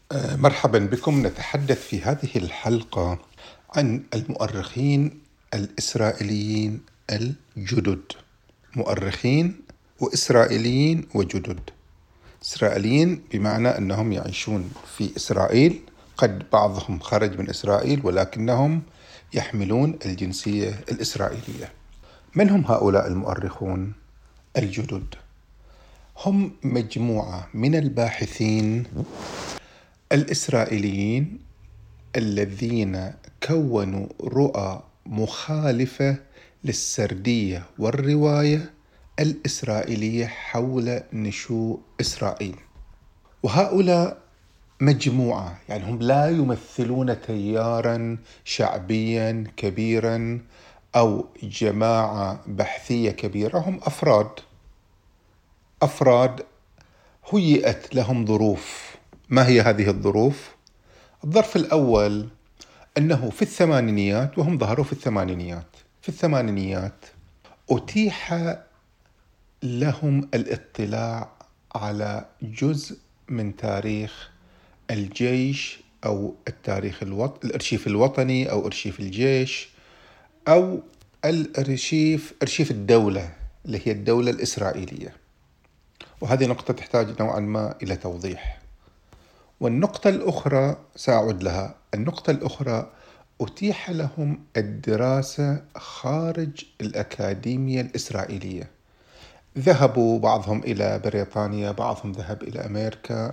مرحبا بكم. نتحدث في هذه الحلقة عن المؤرخين الإسرائيليين الجدد. مؤرخين وإسرائيليين وجدد. إسرائيليين بمعنى أنهم يعيشون في إسرائيل، قد بعضهم خرج من إسرائيل ولكنهم يحملون الجنسية الإسرائيلية. من هم هؤلاء المؤرخون الجدد؟ هم مجموعة من الباحثين الإسرائيليين الذين كونوا رؤى مخالفة للسردية والرواية الإسرائيلية حول نشوء إسرائيل. وهؤلاء مجموعة، يعني هم لا يمثلون تياراً شعبياً كبيراً أو جماعة بحثية كبيرة. هم أفراد هيئت لهم ظروف. ما هي هذه الظروف؟ الظرف الأول أنه في الثمانينيات، وهم ظهروا في الثمانينيات أتيح لهم الاطلاع على جزء من تاريخ الجيش أو الأرشيف الوطني أو أرشيف الجيش أو أرشيف الدولة اللي هي الدولة الإسرائيلية. وهذه نقطة تحتاج نوعا ما إلى توضيح. والنقطة الأخرى سأعود لها. النقطة الأخرى أتيح لهم الدراسة خارج الأكاديمية الإسرائيلية. ذهبوا بعضهم إلى بريطانيا، بعضهم ذهب إلى أمريكا،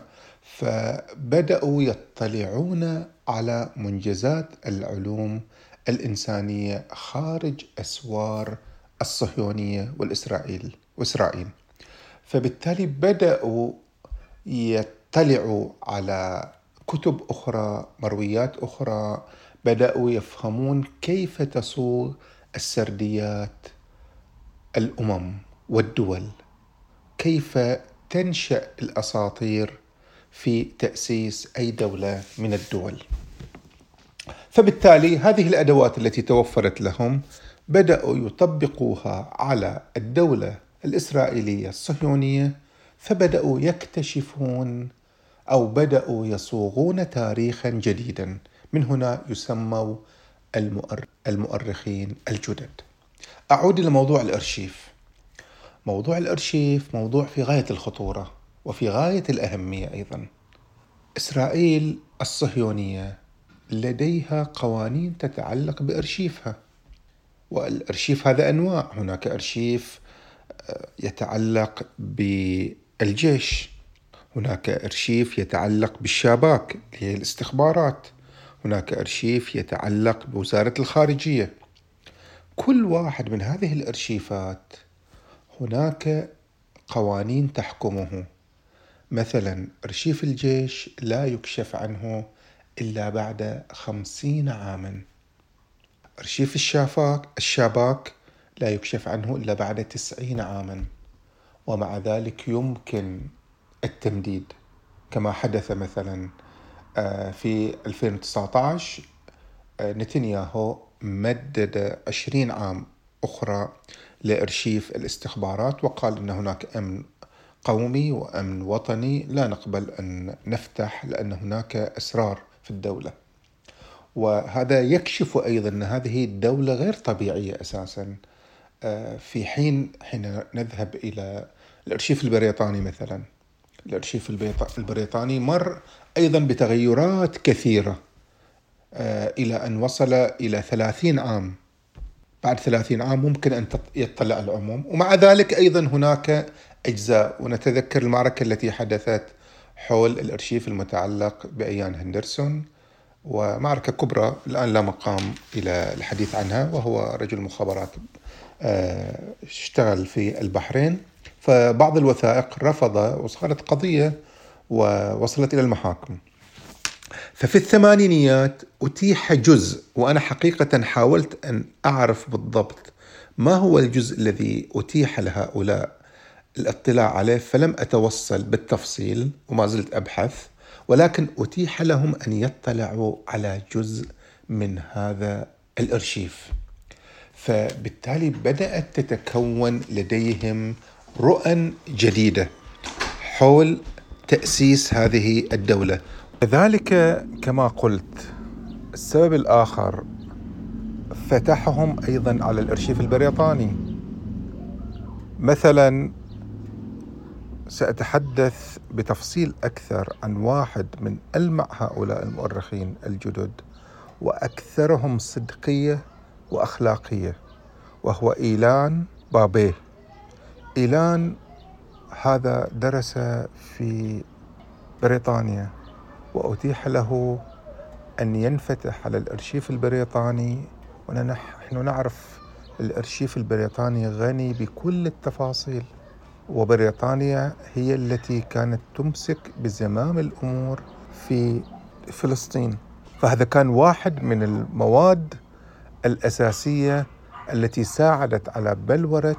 فبدأوا يطلعون على منجزات العلوم الإنسانية خارج أسوار الصهيونية وإسرائيل. فبالتالي بدأوا يطلعوا على كتب أخرى، مرويات أخرى، بدأوا يفهمون كيف تصوغ السرديات الأمم والدول، كيف تنشأ الأساطير في تأسيس أي دولة من الدول. فبالتالي هذه الأدوات التي توفرت لهم بدأوا يطبقوها على الدولة الإسرائيلية الصهيونية، فبدأوا يكتشفون أو بدأوا يصوغون تاريخا جديدا. من هنا يسموا المؤرخين الجدد. أعود إلى موضوع الأرشيف. موضوع الأرشيف موضوع في غاية الخطورة وفي غاية الأهمية أيضا. إسرائيل الصهيونية لديها قوانين تتعلق بأرشيفها، والأرشيف هذا أنواع. هناك أرشيف يتعلق بالجيش، هناك أرشيف يتعلق بالشاباك اللي هي الاستخبارات، هناك أرشيف يتعلق بوزارة الخارجية. كل واحد من هذه الأرشيفات هناك قوانين تحكمه. مثلا أرشيف الجيش لا يكشف عنه إلا بعد 50 عاما. أرشيف الشاباك لا يكشف عنه إلا بعد 90 عاما، ومع ذلك يمكن التمديد، كما حدث مثلا في 2019. نتنياهو مدد 20 عام أخرى لأرشيف الاستخبارات، وقال إن هناك أمن قومي وأمن وطني لا نقبل أن نفتح، لأن هناك أسرار في الدولة. وهذا يكشف أيضا أن هذه الدولة غير طبيعية أساسا. في حين نذهب إلى الأرشيف البريطاني مثلا، الأرشيف البريطاني مر أيضا بتغيرات كثيرة إلى أن وصل إلى 30 عام. بعد 30 عام ممكن أن يطلع العموم، ومع ذلك أيضا هناك أجزاء. ونتذكر المعركة التي حدثت حول الأرشيف المتعلق بأيان هندرسون، ومعركة كبرى الآن لا مقام إلى الحديث عنها، وهو رجل مخابرات اشتغل في البحرين. فبعض الوثائق رفض وصارت قضية ووصلت إلى المحاكم. ففي الثمانينيات أتيح جزء، وأنا حقيقة حاولت أن أعرف بالضبط ما هو الجزء الذي أتيح لهؤلاء الاطلاع عليه، فلم أتوصل بالتفصيل وما زلت أبحث، ولكن أتيح لهم أن يطلعوا على جزء من هذا الأرشيف. فبالتالي بدأت تتكون لديهم رؤى جديدة حول تأسيس هذه الدولة. ذلك كما قلت. السبب الآخر فتحهم أيضا على الأرشيف البريطاني. مثلا سأتحدث بتفصيل أكثر عن واحد من ألمع هؤلاء المؤرخين الجدد وأكثرهم صدقية وأخلاقية، وهو إيلان بابيه. إيلان هذا درس في بريطانيا، وأتيح له أن ينفتح على الأرشيف البريطاني، ونحن نعرف الأرشيف البريطاني غني بكل التفاصيل، وبريطانيا هي التي كانت تمسك بزمام الأمور في فلسطين. فهذا كان واحد من المواد الأساسية التي ساعدت على بلورة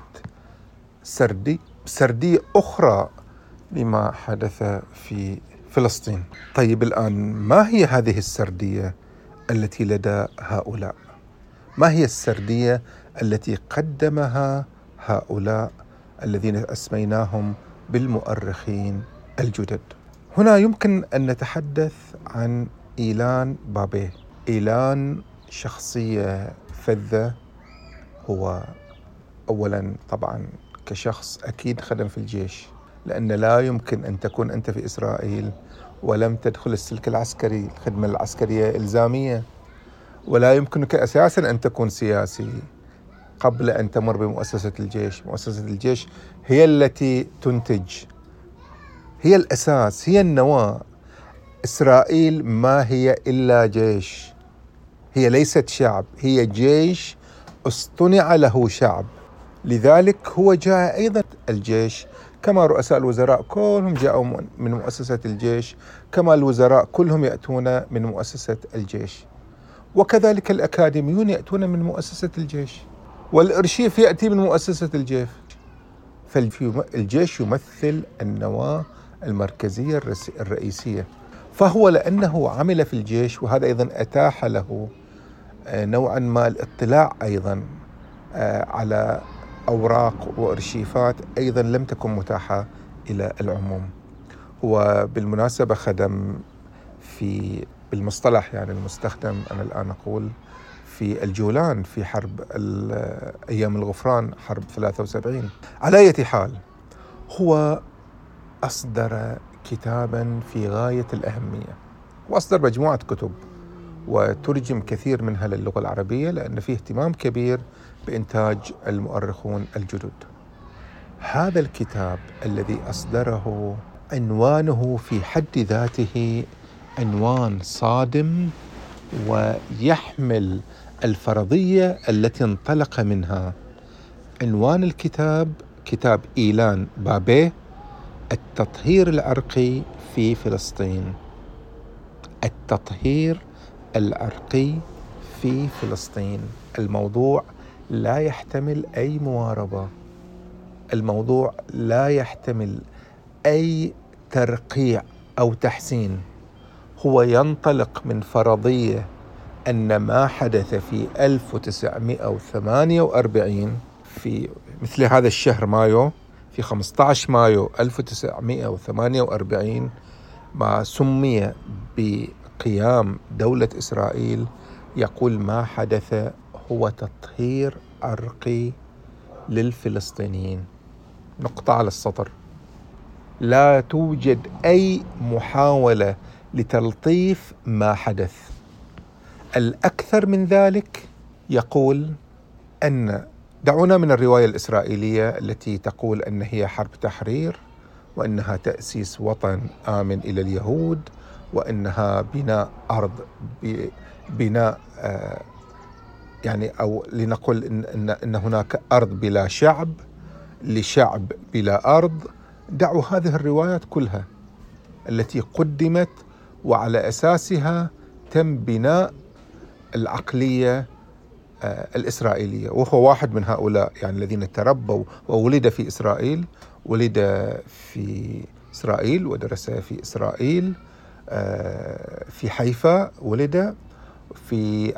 سردية أخرى لما حدث في فلسطين. طيب الآن، ما هي هذه السردية التي لدى هؤلاء؟ ما هي السردية التي قدمها هؤلاء الذين أسميناهم بالمؤرخين الجدد؟ هنا يمكن أن نتحدث عن إيلان بابيه. إيلان شخصية فذة. هو أولا طبعا كشخص أكيد خدم في الجيش، لأن لا يمكن أن تكون أنت في إسرائيل ولم تدخل السلك العسكري. الخدمة العسكرية إلزامية، ولا يمكنك أساسا أن تكون سياسي قبل أن تمر بمؤسسة الجيش. مؤسسة الجيش هي التي تنتج، هي الأساس، هي النواة. إسرائيل ما هي إلا جيش، هي ليست شعب، هي جيش اصطنع له شعب. لذلك هو جاء أيضا الجيش، كما رؤساء الوزراء كلهم جاءوا من مؤسسة الجيش، كما الوزراء كلهم يأتون من مؤسسة الجيش، وكذلك الأكاديميون يأتون من مؤسسة الجيش، والأرشيف يأتي من مؤسسة الجيش. فالجيش يمثل النواة المركزية الرئيسية. فهو لأنه عمل في الجيش، وهذا أيضا أتاح له نوعا ما الاطلاع أيضا على أوراق وأرشيفات أيضا لم تكن متاحة إلى العموم. هو بالمناسبة خدم بالمصطلح يعني المستخدم أنا الآن أقول في الجولان في حرب أيام الغفران، حرب 73. على أي حال، هو أصدر كتابا في غاية الأهمية، وأصدر مجموعة كتب وترجم كثير منها للغة العربية، لأن فيه اهتمام كبير بإنتاج المؤرخون الجدد. هذا الكتاب الذي أصدره عنوانه في حد ذاته عنوان صادم، ويحمل الفرضية التي انطلق منها. عنوان الكتاب كتاب إيلان بابيه: التطهير العرقي في فلسطين. التطهير العرقي في فلسطين. الموضوع لا يحتمل أي مواربة، الموضوع لا يحتمل أي ترقيع أو تحسين. هو ينطلق من فرضية أن ما حدث في 1948 في مثل هذا الشهر مايو، في 15 مايو 1948، ما سمي بقيام دولة إسرائيل، يقول ما حدث هو تطهير عرقي للفلسطينيين. نقطة على السطر. لا توجد أي محاولة لتلطيف ما حدث. الأكثر من ذلك، يقول أن دعونا من الرواية الإسرائيلية التي تقول أن هي حرب تحرير، وأنها تأسيس وطن آمن إلى اليهود، وأنها بناء أرض بناء يعني أو لنقل إن هناك أرض بلا شعب لشعب بلا أرض. دعوا هذه الروايات كلها التي قدمت وعلى أساسها تم بناء العقلية الإسرائيلية، وهو واحد من هؤلاء يعني الذين تربوا وولد في إسرائيل، ولد في إسرائيل ودرس في إسرائيل في حيفا، ولد في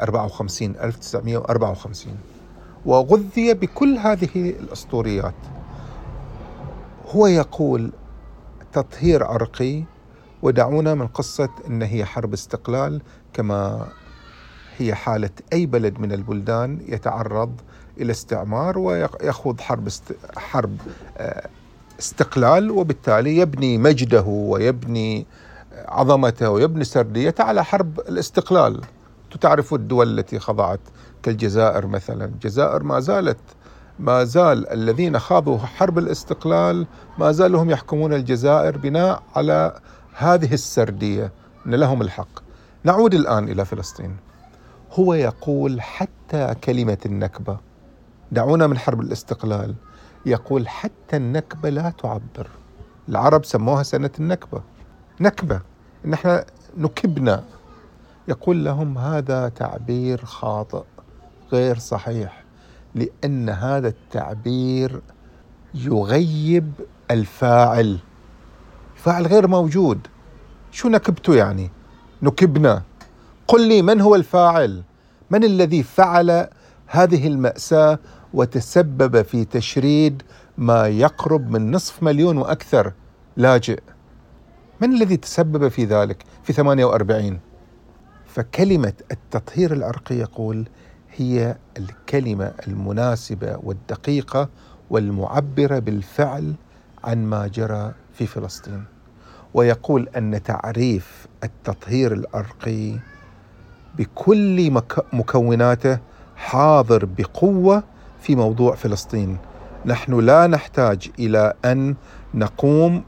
1954 وغذي بكل هذه الأسطوريات. هو يقول تطهير عرقي، ودعونا من قصة أن هي حرب استقلال، كما هي حالة أي بلد من البلدان يتعرض إلى استعمار ويخوض حرب استقلال، وبالتالي يبني مجده ويبني عظمته ويبني سرديته على حرب الاستقلال. تعرفوا الدول التي خضعت كالجزائر مثلا، الجزائر ما زال الذين خاضوا حرب الاستقلال ما زالوا هم يحكمون الجزائر بناء على هذه السردية أن لهم الحق. نعود الآن إلى فلسطين. هو يقول حتى كلمة النكبة، دعونا من حرب الاستقلال، يقول حتى النكبة لا تعبر. العرب سموها سنة النكبة، نكبة إن احنا نكبنا. يقول لهم هذا تعبير خاطئ غير صحيح، لأن هذا التعبير يغيب الفاعل غير موجود. شو نكبته يعني؟ نكبنا. قل لي من هو الفاعل؟ من الذي فعل هذه المأساة وتسبب في تشريد ما يقرب من 500,000 وأكثر لاجئ؟ من الذي تسبب في ذلك في 48؟ فكلمة التطهير العرقي يقول هي الكلمة المناسبة والدقيقة والمعبرة بالفعل عن ما جرى في فلسطين. ويقول أن تعريف التطهير العرقي بكل مكوناته حاضر بقوة في موضوع فلسطين. نحن لا نحتاج إلى أن نقوم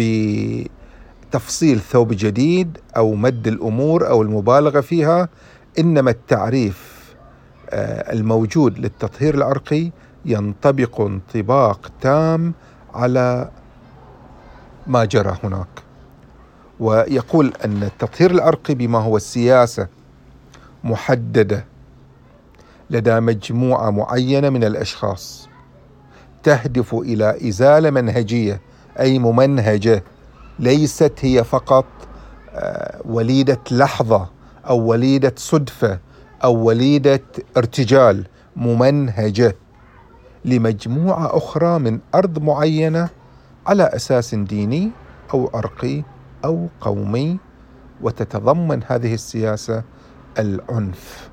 بتفصيل ثوب جديد أو مد الأمور أو المبالغة فيها، إنما التعريف الموجود للتطهير العرقي ينطبق انطباق تام على ما جرى هناك. ويقول أن التطهير العرقي بما هو السياسة محددة لدى مجموعة معينة من الأشخاص تهدف إلى إزالة منهجية، أي ممنهجة، ليست هي فقط وليدة لحظة أو وليدة صدفة أو وليدة ارتجال، ممنهجة لمجموعة أخرى من أرض معينة على أساس ديني أو عرقي أو قومي. وتتضمن هذه السياسة العنف.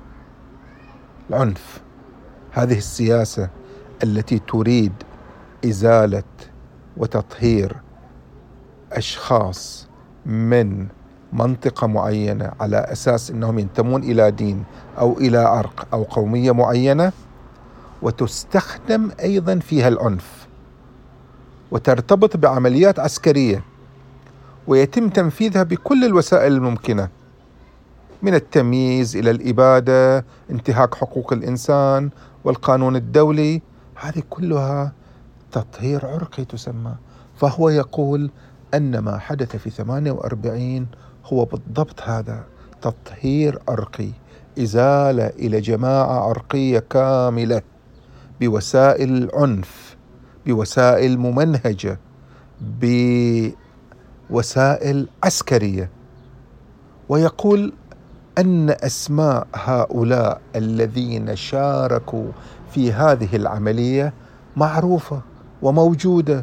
هذه السياسة التي تريد إزالة وتطهير أشخاص من منطقة معينة على أساس أنهم ينتمون إلى دين أو إلى عرق أو قومية معينة، وتستخدم أيضا فيها العنف وترتبط بعمليات عسكرية ويتم تنفيذها بكل الوسائل الممكنة، من التمييز إلى الإبادة، انتهاك حقوق الإنسان والقانون الدولي. هذه كلها تطهير عرقي تسمى. فهو يقول أن ما حدث في 48 هو بالضبط هذا، تطهير عرقي، إزالة إلى جماعة عرقية كاملة بوسائل العنف، بوسائل ممنهجة، بوسائل عسكرية. ويقول أن أسماء هؤلاء الذين شاركوا في هذه العملية معروفة وموجودة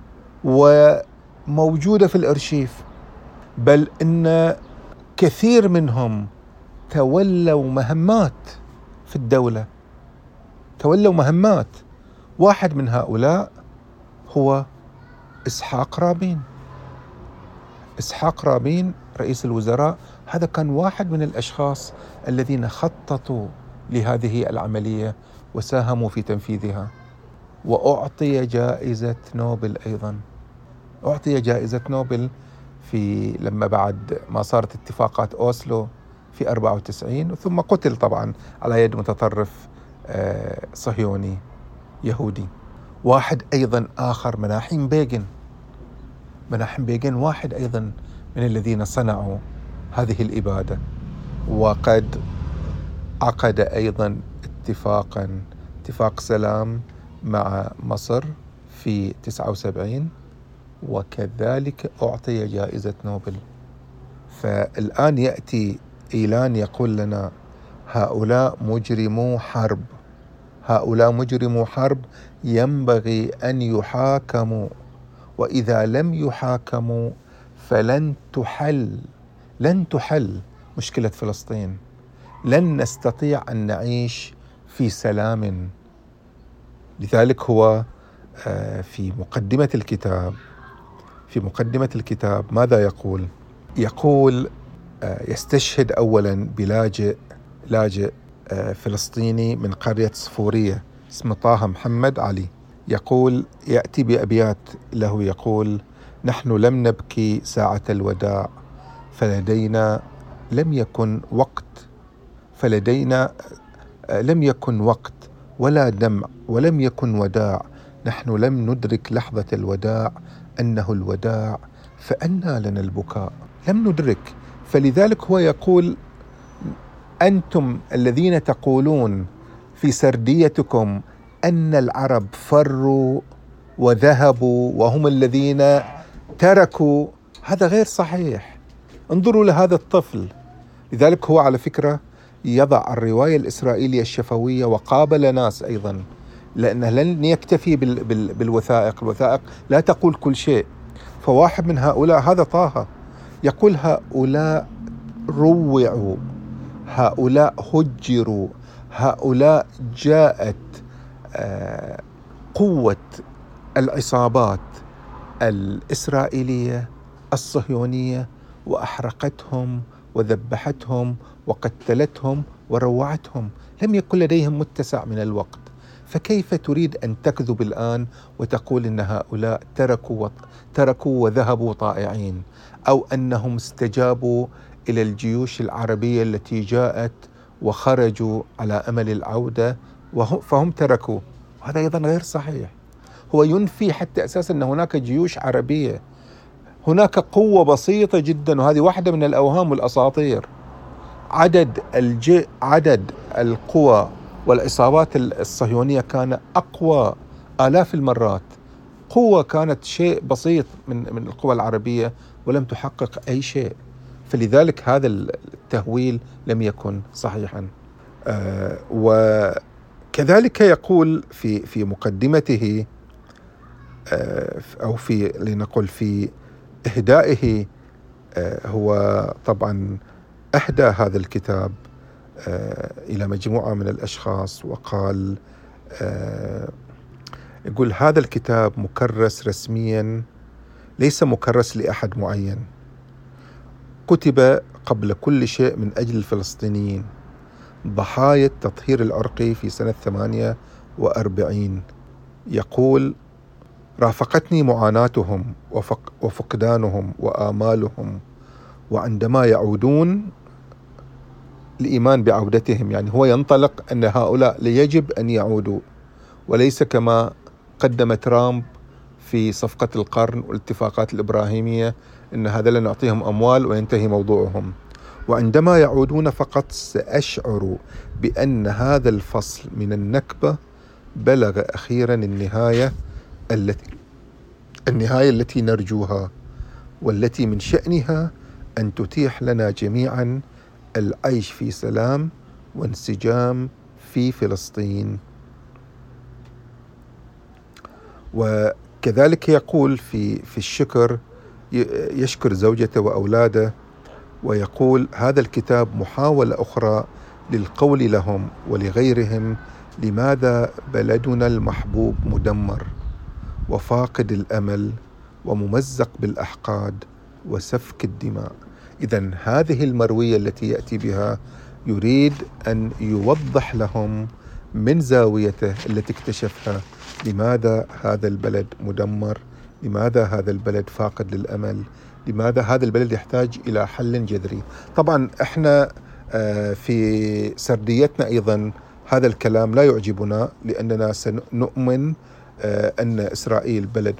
في الأرشيف، بل إن كثير منهم تولوا مهمات في الدولة، تولوا مهمات. واحد من هؤلاء هو إسحاق رابين رئيس الوزراء. هذا كان واحد من الأشخاص الذين خططوا لهذه العملية وساهموا في تنفيذها، وأعطي جائزة نوبل أيضا. أعطي جائزة نوبل لما بعد ما صارت اتفاقات أوسلو في 94، ثم قتل طبعا على يد متطرف صهيوني يهودي. واحد أيضا آخر مناحيم بيغن واحد أيضا من الذين صنعوا هذه الإبادة، وقد عقد أيضا اتفاق سلام مع مصر في 79، وكذلك أعطي جائزة نوبل. فالآن يأتي إعلان يقول لنا هؤلاء مجرمو حرب ينبغي أن يحاكموا، وإذا لم يحاكموا لن تحل مشكلة فلسطين. لن نستطيع أن نعيش في سلام. لذلك هو في مقدمة الكتاب ماذا يقول؟ يقول يستشهد أولا لاجئ فلسطيني من قرية صفورية اسمه طه محمد علي. يقول، يأتي بأبيات له، يقول: نحن لم نبكي ساعة الوداع، فلدينا لم يكن وقت ولا دمع ولم يكن وداع. نحن لم ندرك لحظة الوداع أنه الوداع، فأنى لنا البكاء. لم ندرك. فلذلك هو يقول: أنتم الذين تقولون في سرديتكم أن العرب فروا وذهبوا وهم الذين تركوا، هذا غير صحيح. انظروا لهذا الطفل. لذلك هو على فكرة يضع الرواية الإسرائيلية الشفوية وقابل ناس أيضا، لأنه لن يكتفي بالوثائق. الوثائق لا تقول كل شيء. فواحد من هؤلاء هذا طه يقول: هؤلاء روعوا، هؤلاء هجروا، هؤلاء جاءت قوة العصابات الإسرائيلية الصهيونية وأحرقتهم وذبحتهم وقتلتهم وروعتهم. لم يكن لديهم متسع من الوقت. فكيف تريد أن تكذب الآن وتقول إن هؤلاء تركوا وذهبوا طائعين، أو أنهم استجابوا إلى الجيوش العربية التي جاءت وخرجوا على أمل العودة فهم تركوا؟ هذا أيضا غير صحيح. هو ينفي حتى أساسا أن هناك جيوش عربية. هناك قوة بسيطة جدا، وهذه واحدة من الأوهام والأساطير. عدد القوى والعصابات الصهيونية كان أقوى آلاف المرات. قوة كانت شيء بسيط من القوى العربية ولم تحقق أي شيء. فلذلك هذا التهويل لم يكن صحيحا. وكذلك يقول في مقدمته، أو لنقل في إهدائه، هو طبعا أهدى هذا الكتاب إلى مجموعة من الأشخاص، وقال يقول: هذا الكتاب مكرس رسميا، ليس مكرس لأحد معين، كتب قبل كل شيء من أجل الفلسطينيين ضحايا التطهير العرقي في سنة 48. يقول: رافقتني معاناتهم وفقدانهم وآمالهم، وعندما يعودون الإيمان بعودتهم، يعني هو ينطلق أن هؤلاء يجب أن يعودوا، وليس كما قدم ترامب في صفقة القرن والاتفاقات الإبراهيمية أن هذا نعطيهم أموال وينتهي موضوعهم. وعندما يعودون فقط سأشعر بأن هذا الفصل من النكبة بلغ أخيرا النهاية التي نرجوها، والتي من شأنها أن تتيح لنا جميعا العيش في سلام وانسجام في فلسطين. وكذلك يقول في الشكر، يشكر زوجته وأولاده، ويقول: هذا الكتاب محاولة أخرى للقول لهم ولغيرهم لماذا بلدنا المحبوب مدمر وفاقد الأمل وممزق بالأحقاد وسفك الدماء. إذن هذه المروية التي يأتي بها يريد أن يوضح لهم من زاويته التي اكتشفها لماذا هذا البلد مدمر، لماذا هذا البلد فاقد للأمل، لماذا هذا البلد يحتاج إلى حل جذري. طبعا احنا في سرديتنا أيضا هذا الكلام لا يعجبنا، لأننا سنؤمن أن إسرائيل بلد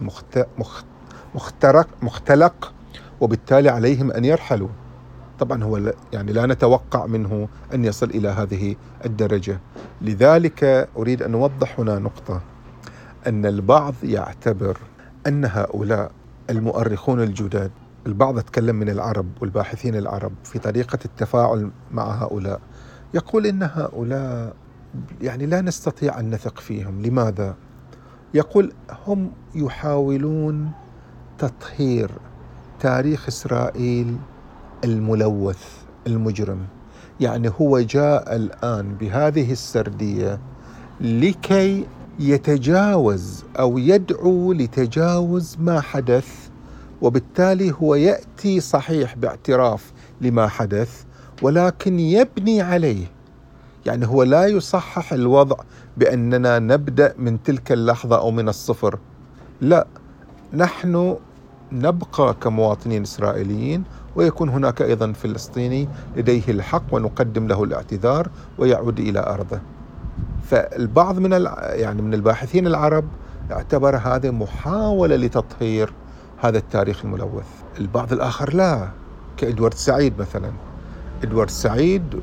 مختلق، وبالتالي عليهم أن يرحلوا. طبعا هو يعني لا نتوقع منه أن يصل إلى هذه الدرجة. لذلك أريد أن أوضح هنا نقطة، أن البعض يعتبر أن هؤلاء المؤرخون الجدد، البعض أتكلم من العرب والباحثين العرب في طريقة التفاعل مع هؤلاء، يقول إن هؤلاء يعني لا نستطيع أن نثق فيهم. لماذا؟ يقول: هم يحاولون تطهير تاريخ إسرائيل الملوث المجرم. يعني هو جاء الآن بهذه السردية لكي يتجاوز أو يدعو لتجاوز ما حدث، وبالتالي هو يأتي صحيح باعتراف لما حدث ولكن يبني عليه. يعني هو لا يصحح الوضع بأننا نبدأ من تلك اللحظة أو من الصفر، لا، نحن نبقى كمواطنين إسرائيليين، ويكون هناك أيضا فلسطيني لديه الحق ونقدم له الاعتذار ويعود إلى أرضه. فالبعض من الباحثين العرب اعتبر هذا محاولة لتطهير هذا التاريخ الملوث. البعض الآخر لا، كإدوارد سعيد مثلا. إدوارد سعيد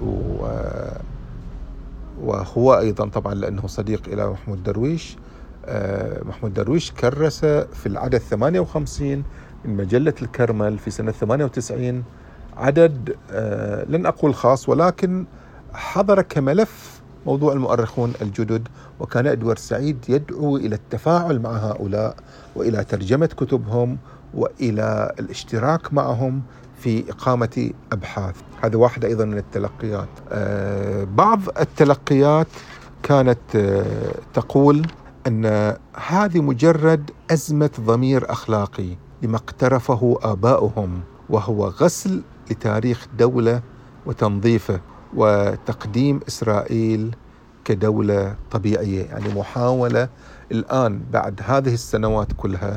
وهو أيضا طبعا لأنه صديق إلى محمود درويش. محمود درويش كرس في العدد 58 من مجلة الكرمل في سنة 98 عدد لن أقول خاص، ولكن حضر كملف موضوع المؤرخون الجدد. وكان إدوارد سعيد يدعو إلى التفاعل مع هؤلاء وإلى ترجمة كتبهم وإلى الاشتراك معهم في إقامة أبحاث. هذا واحد أيضا من التلقيات. بعض التلقيات كانت تقول أن هذه مجرد أزمة ضمير أخلاقي لما اقترفه آباؤهم، وهو غسل لتاريخ دولة وتنظيفه وتقديم إسرائيل كدولة طبيعية. يعني محاولة الآن بعد هذه السنوات كلها.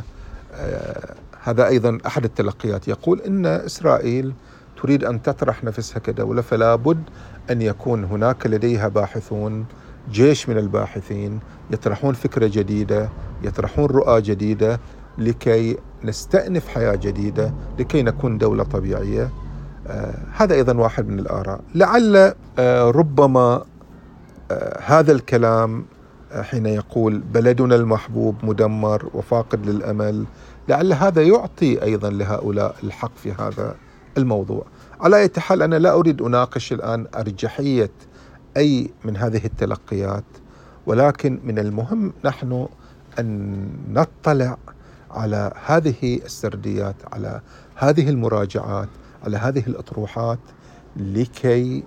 هذا أيضا أحد التلقيات يقول إن إسرائيل تريد أن تطرح نفسها كدولة، فلا بد أن يكون هناك لديها باحثون، جيش من الباحثين يطرحون فكرة جديدة، يطرحون رؤى جديدة لكي نستأنف حياة جديدة، لكي نكون دولة طبيعية. هذا أيضا واحد من الآراء. لعل ربما هذا الكلام حين يقول بلدنا المحبوب مدمر وفاقد للأمل، لعل هذا يعطي أيضا لهؤلاء الحق في هذا الموضوع. على أي حال أنا لا أريد أناقش الآن أرجحية أي من هذه التلقيات، ولكن من المهم نحن أن نطلع على هذه السرديات، على هذه المراجعات، على هذه الأطروحات، لكي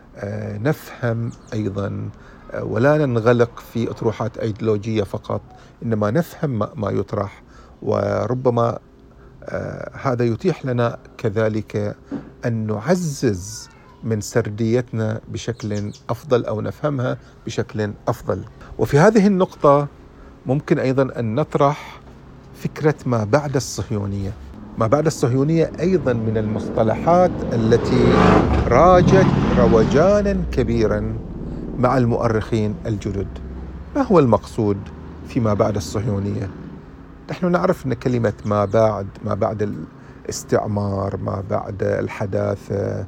نفهم أيضا ولا ننغلق في أطروحات أيديولوجية فقط، إنما نفهم ما يطرح. وربما هذا يتيح لنا كذلك أن نعزز من سرديتنا بشكل أفضل أو نفهمها بشكل أفضل. وفي هذه النقطة ممكن أيضا أن نطرح فكرة ما بعد الصهيونية. ما بعد الصهيونية أيضا من المصطلحات التي راجت روجانا كبيرا مع المؤرخين الجدد. ما هو المقصود فيما بعد الصهيونية؟ نحن نعرف أن كلمة ما بعد الاستعمار، ما بعد الحداثة،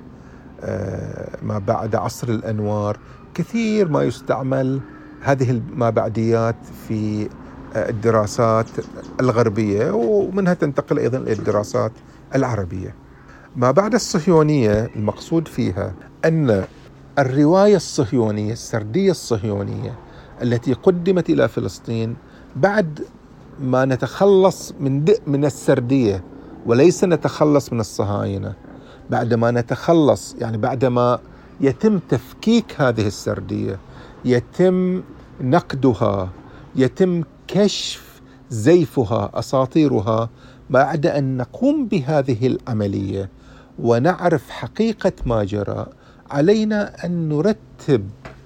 ما بعد عصر الأنوار، كثير ما يستعمل هذه المابعديات في الدراسات الغربية، ومنها تنتقل أيضا إلى الدراسات العربية. ما بعد الصهيونية المقصود فيها أن الرواية الصهيونية، السردية الصهيونية التي قدمت إلى فلسطين بعد ما نتخلص من السردية، وليس نتخلص من الصهاينة، بعدما نتخلص يعني بعدما يتم تفكيك هذه السردية، يتم نقدها، يتم كشف زيفها، أساطيرها، بعد أن نقوم بهذه العملية ونعرف حقيقة ما جرى، علينا أن نرتب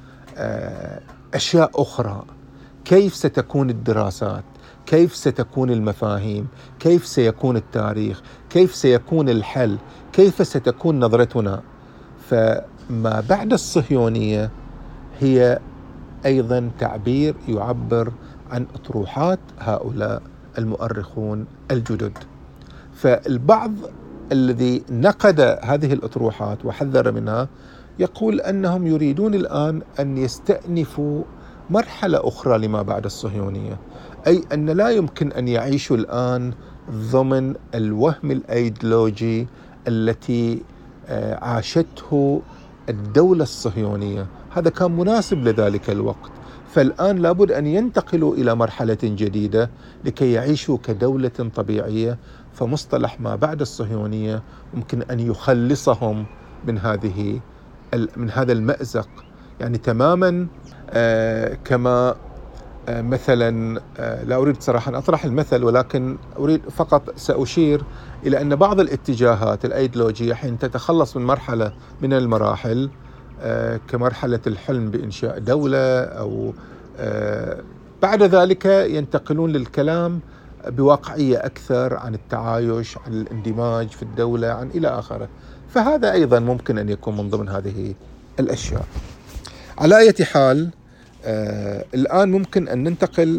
أشياء أخرى. كيف ستكون الدراسات؟ كيف ستكون المفاهيم؟ كيف سيكون التاريخ؟ كيف سيكون الحل؟ كيف ستكون نظرتنا؟ فما بعد الصهيونية هي أيضا تعبير يعبر عن أطروحات هؤلاء المؤرخون الجدد. فالبعض الذي نقد هذه الأطروحات وحذر منها يقول أنهم يريدون الآن أن يستأنفوا مرحلة أخرى لما بعد الصهيونية، أي أن لا يمكن أن يعيشوا الآن ضمن الوهم الأيديولوجي التي عاشته الدولة الصهيونية. هذا كان مناسب لذلك الوقت، فالآن لابد أن ينتقلوا إلى مرحلة جديدة لكي يعيشوا كدولة طبيعية. فمصطلح ما بعد الصهيونية ممكن أن يخلصهم من هذا المأزق، يعني تماما كما مثلا لا أريد صراحة أن أطرح المثل، ولكن أريد فقط سأشير إلى أن بعض الاتجاهات الأيديولوجية حين تتخلص من مرحلة من المراحل كمرحلة الحلم بإنشاء دولة أو بعد ذلك ينتقلون للكلام بواقعية أكثر عن التعايش، عن الاندماج في الدولة، عن إلى آخره. فهذا أيضا ممكن أن يكون من ضمن هذه الأشياء. على أي حال الآن ممكن أن ننتقل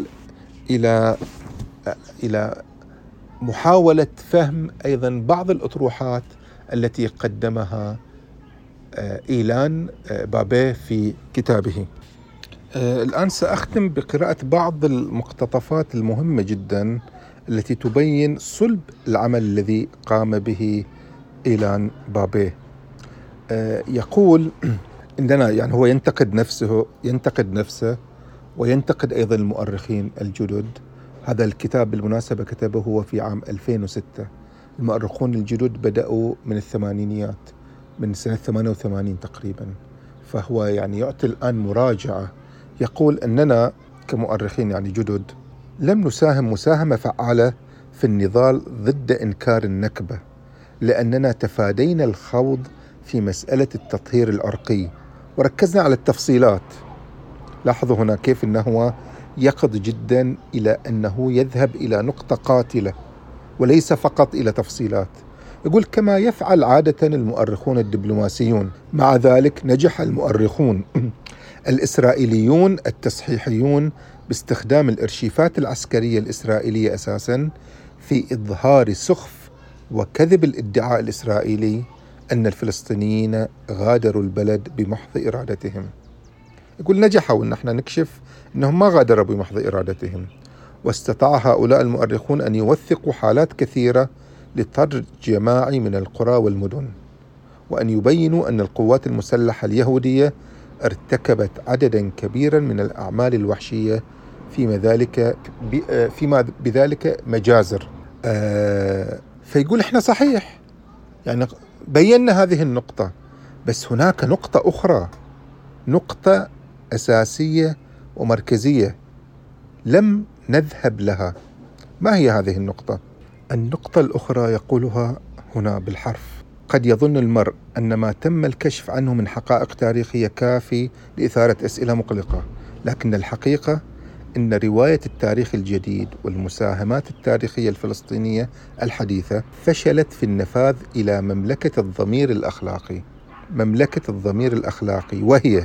إلى محاولة فهم أيضا بعض الأطروحات التي قدمها إيلان بابيه في كتابه. الآن سأختم بقراءة بعض المقتطفات المهمة جدا التي تبين صلب العمل الذي قام به إيلان بابيه. يقول عندنا، يعني هو ينتقد نفسه وينتقد أيضا المؤرخين الجدد. هذا الكتاب بالمناسبة كتبه هو في عام 2006. المؤرخون الجدد بدأوا من الثمانينيات، من سنة 88 تقريبا، فهو يعني يعطي الآن مراجعة. يقول أننا كمؤرخين يعني جدد لم نساهم مساهمة فعالة في النضال ضد إنكار النكبة، لأننا تفادينا الخوض في مسألة التطهير العرقي وركزنا على التفصيلات. لاحظوا هنا كيف أنه يقظ جدا إلى أنه يذهب إلى نقطة قاتلة وليس فقط إلى تفصيلات. يقول كما يفعل عادة المؤرخون الدبلوماسيون. مع ذلك نجح المؤرخون الإسرائيليون التصحيحيون باستخدام الإرشيفات العسكرية الإسرائيلية أساسا في إظهار سخف وكذب الادعاء الإسرائيلي أن الفلسطينيين غادروا البلد بمحض إرادتهم. يقول نجحوا أن احنا نكشف أنهم ما غادروا بمحض إرادتهم، واستطاع هؤلاء المؤرخون أن يوثقوا حالات كثيرة لطرد جماعي من القرى والمدن، وأن يبينوا أن القوات المسلحة اليهودية ارتكبت عددا كبيرا من الأعمال الوحشية فيما بذلك مجازر. فيقول احنا صحيح يعني بينا هذه النقطة، بس هناك نقطة أخرى، نقطة أساسية ومركزية لم نذهب لها. ما هي هذه النقطة؟ النقطة الأخرى يقولها هنا بالحرف: قد يظن المرء أن ما تم الكشف عنه من حقائق تاريخية كافي لإثارة أسئلة مقلقة، لكن الحقيقة إن رواية التاريخ الجديد والمساهمات التاريخية الفلسطينية الحديثة فشلت في النفاذ إلى مملكة الضمير الأخلاقي، وهي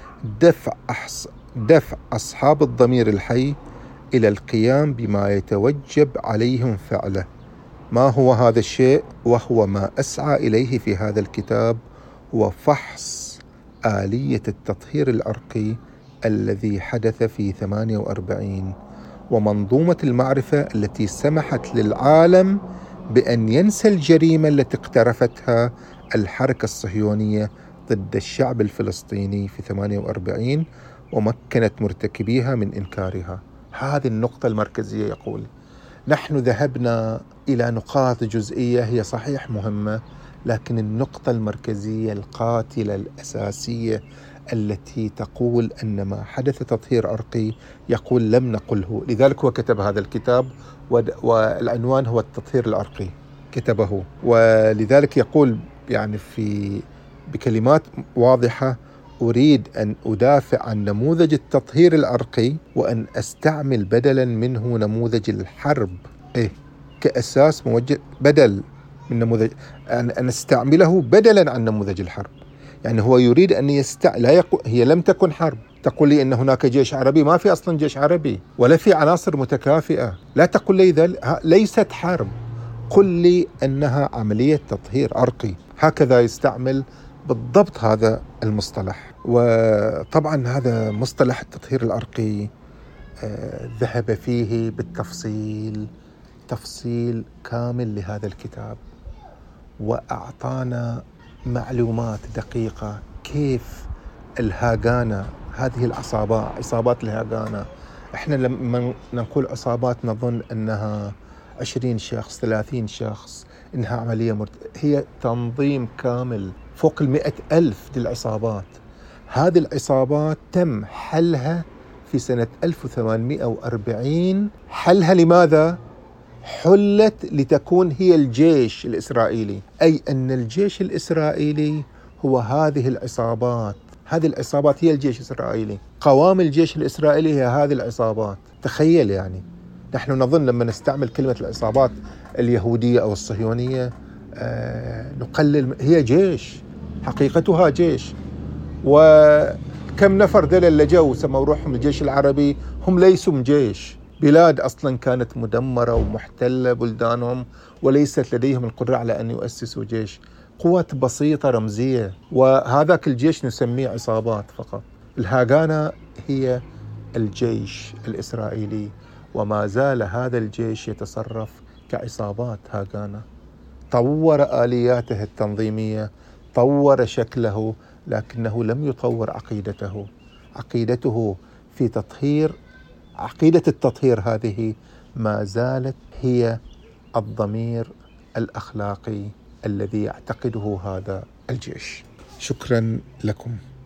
دفع أصحاب الضمير الحي إلى القيام بما يتوجب عليهم فعله. ما هو هذا الشيء؟ وهو ما أسعى إليه في هذا الكتاب، هو فحص آلية التطهير العرقي الذي حدث في 48 ومنظومة المعرفة التي سمحت للعالم بأن ينسى الجريمة التي اقترفتها الحركة الصهيونية ضد الشعب الفلسطيني في 48 ومكنت مرتكبيها من إنكارها. هذه النقطة المركزية. يقول نحن ذهبنا إلى نقاط جزئية هي صحيح مهمة، لكن النقطة المركزية القاتلة الأساسية التي تقول أن ما حدث تطهير عرقي، يقول لم نقله. لذلك هو كتب هذا الكتاب، والعنوان هو التطهير العرقي، كتبه. ولذلك يقول يعني بكلمات واضحة: أريد أن أدافع عن نموذج التطهير العرقي وأن أستعمل بدلا منه نموذج الحرب كأساس موجه، بدل من نموذج أن أستعمله بدلا عن نموذج الحرب. يعني هو يريد أن هي لم تكن حرب. تقول لي أن هناك جيش عربي؟ ما في أصلا جيش عربي ولا في عناصر متكافئة. لا تقل لي ذلك، ليست حرب، قل لي أنها عملية تطهير عرقي. هكذا يستعمل بالضبط هذا المصطلح. وطبعا هذا مصطلح التطهير العرقي ذهب فيه بالتفصيل، تفصيل كامل لهذا الكتاب، وأعطانا معلومات دقيقة كيف الهاغانا هذه العصابات، عصابات الهاغانا. احنا لما نقول عصابات نظن انها 20 شخص 30 شخص، انها عملية هي تنظيم كامل فوق 100,000 للعصابات. هذه العصابات تم حلها في سنة 1840. حلها لماذا؟ حلت لتكون هي الجيش الإسرائيلي، أي أن الجيش الإسرائيلي هو هذه العصابات. هذه العصابات هي الجيش الإسرائيلي، قوام الجيش الإسرائيلي هي هذه العصابات. تخيل يعني، نحن نظن لما نستعمل كلمة العصابات اليهودية أو الصهيونية نقلل، هي جيش، حقيقتها جيش. وكم نفر دول اللي جو سموا روحهم الجيش العربي، هم ليسوا من جيش. بلاد أصلا كانت مدمرة ومحتلة بلدانهم، وليست لديهم القدرة على أن يؤسسوا جيش، قوات بسيطة رمزية، وهذاك الجيش نسميه عصابات فقط. الهاغانا هي الجيش الإسرائيلي، وما زال هذا الجيش يتصرف كعصابات هاغانا. طور آلياته التنظيمية، طور شكله، لكنه لم يطور عقيدته. عقيدته في تطهير، عقيدة التطهير هذه ما زالت هي الضمير الأخلاقي الذي يعتقده هذا الجيش. شكرا لكم.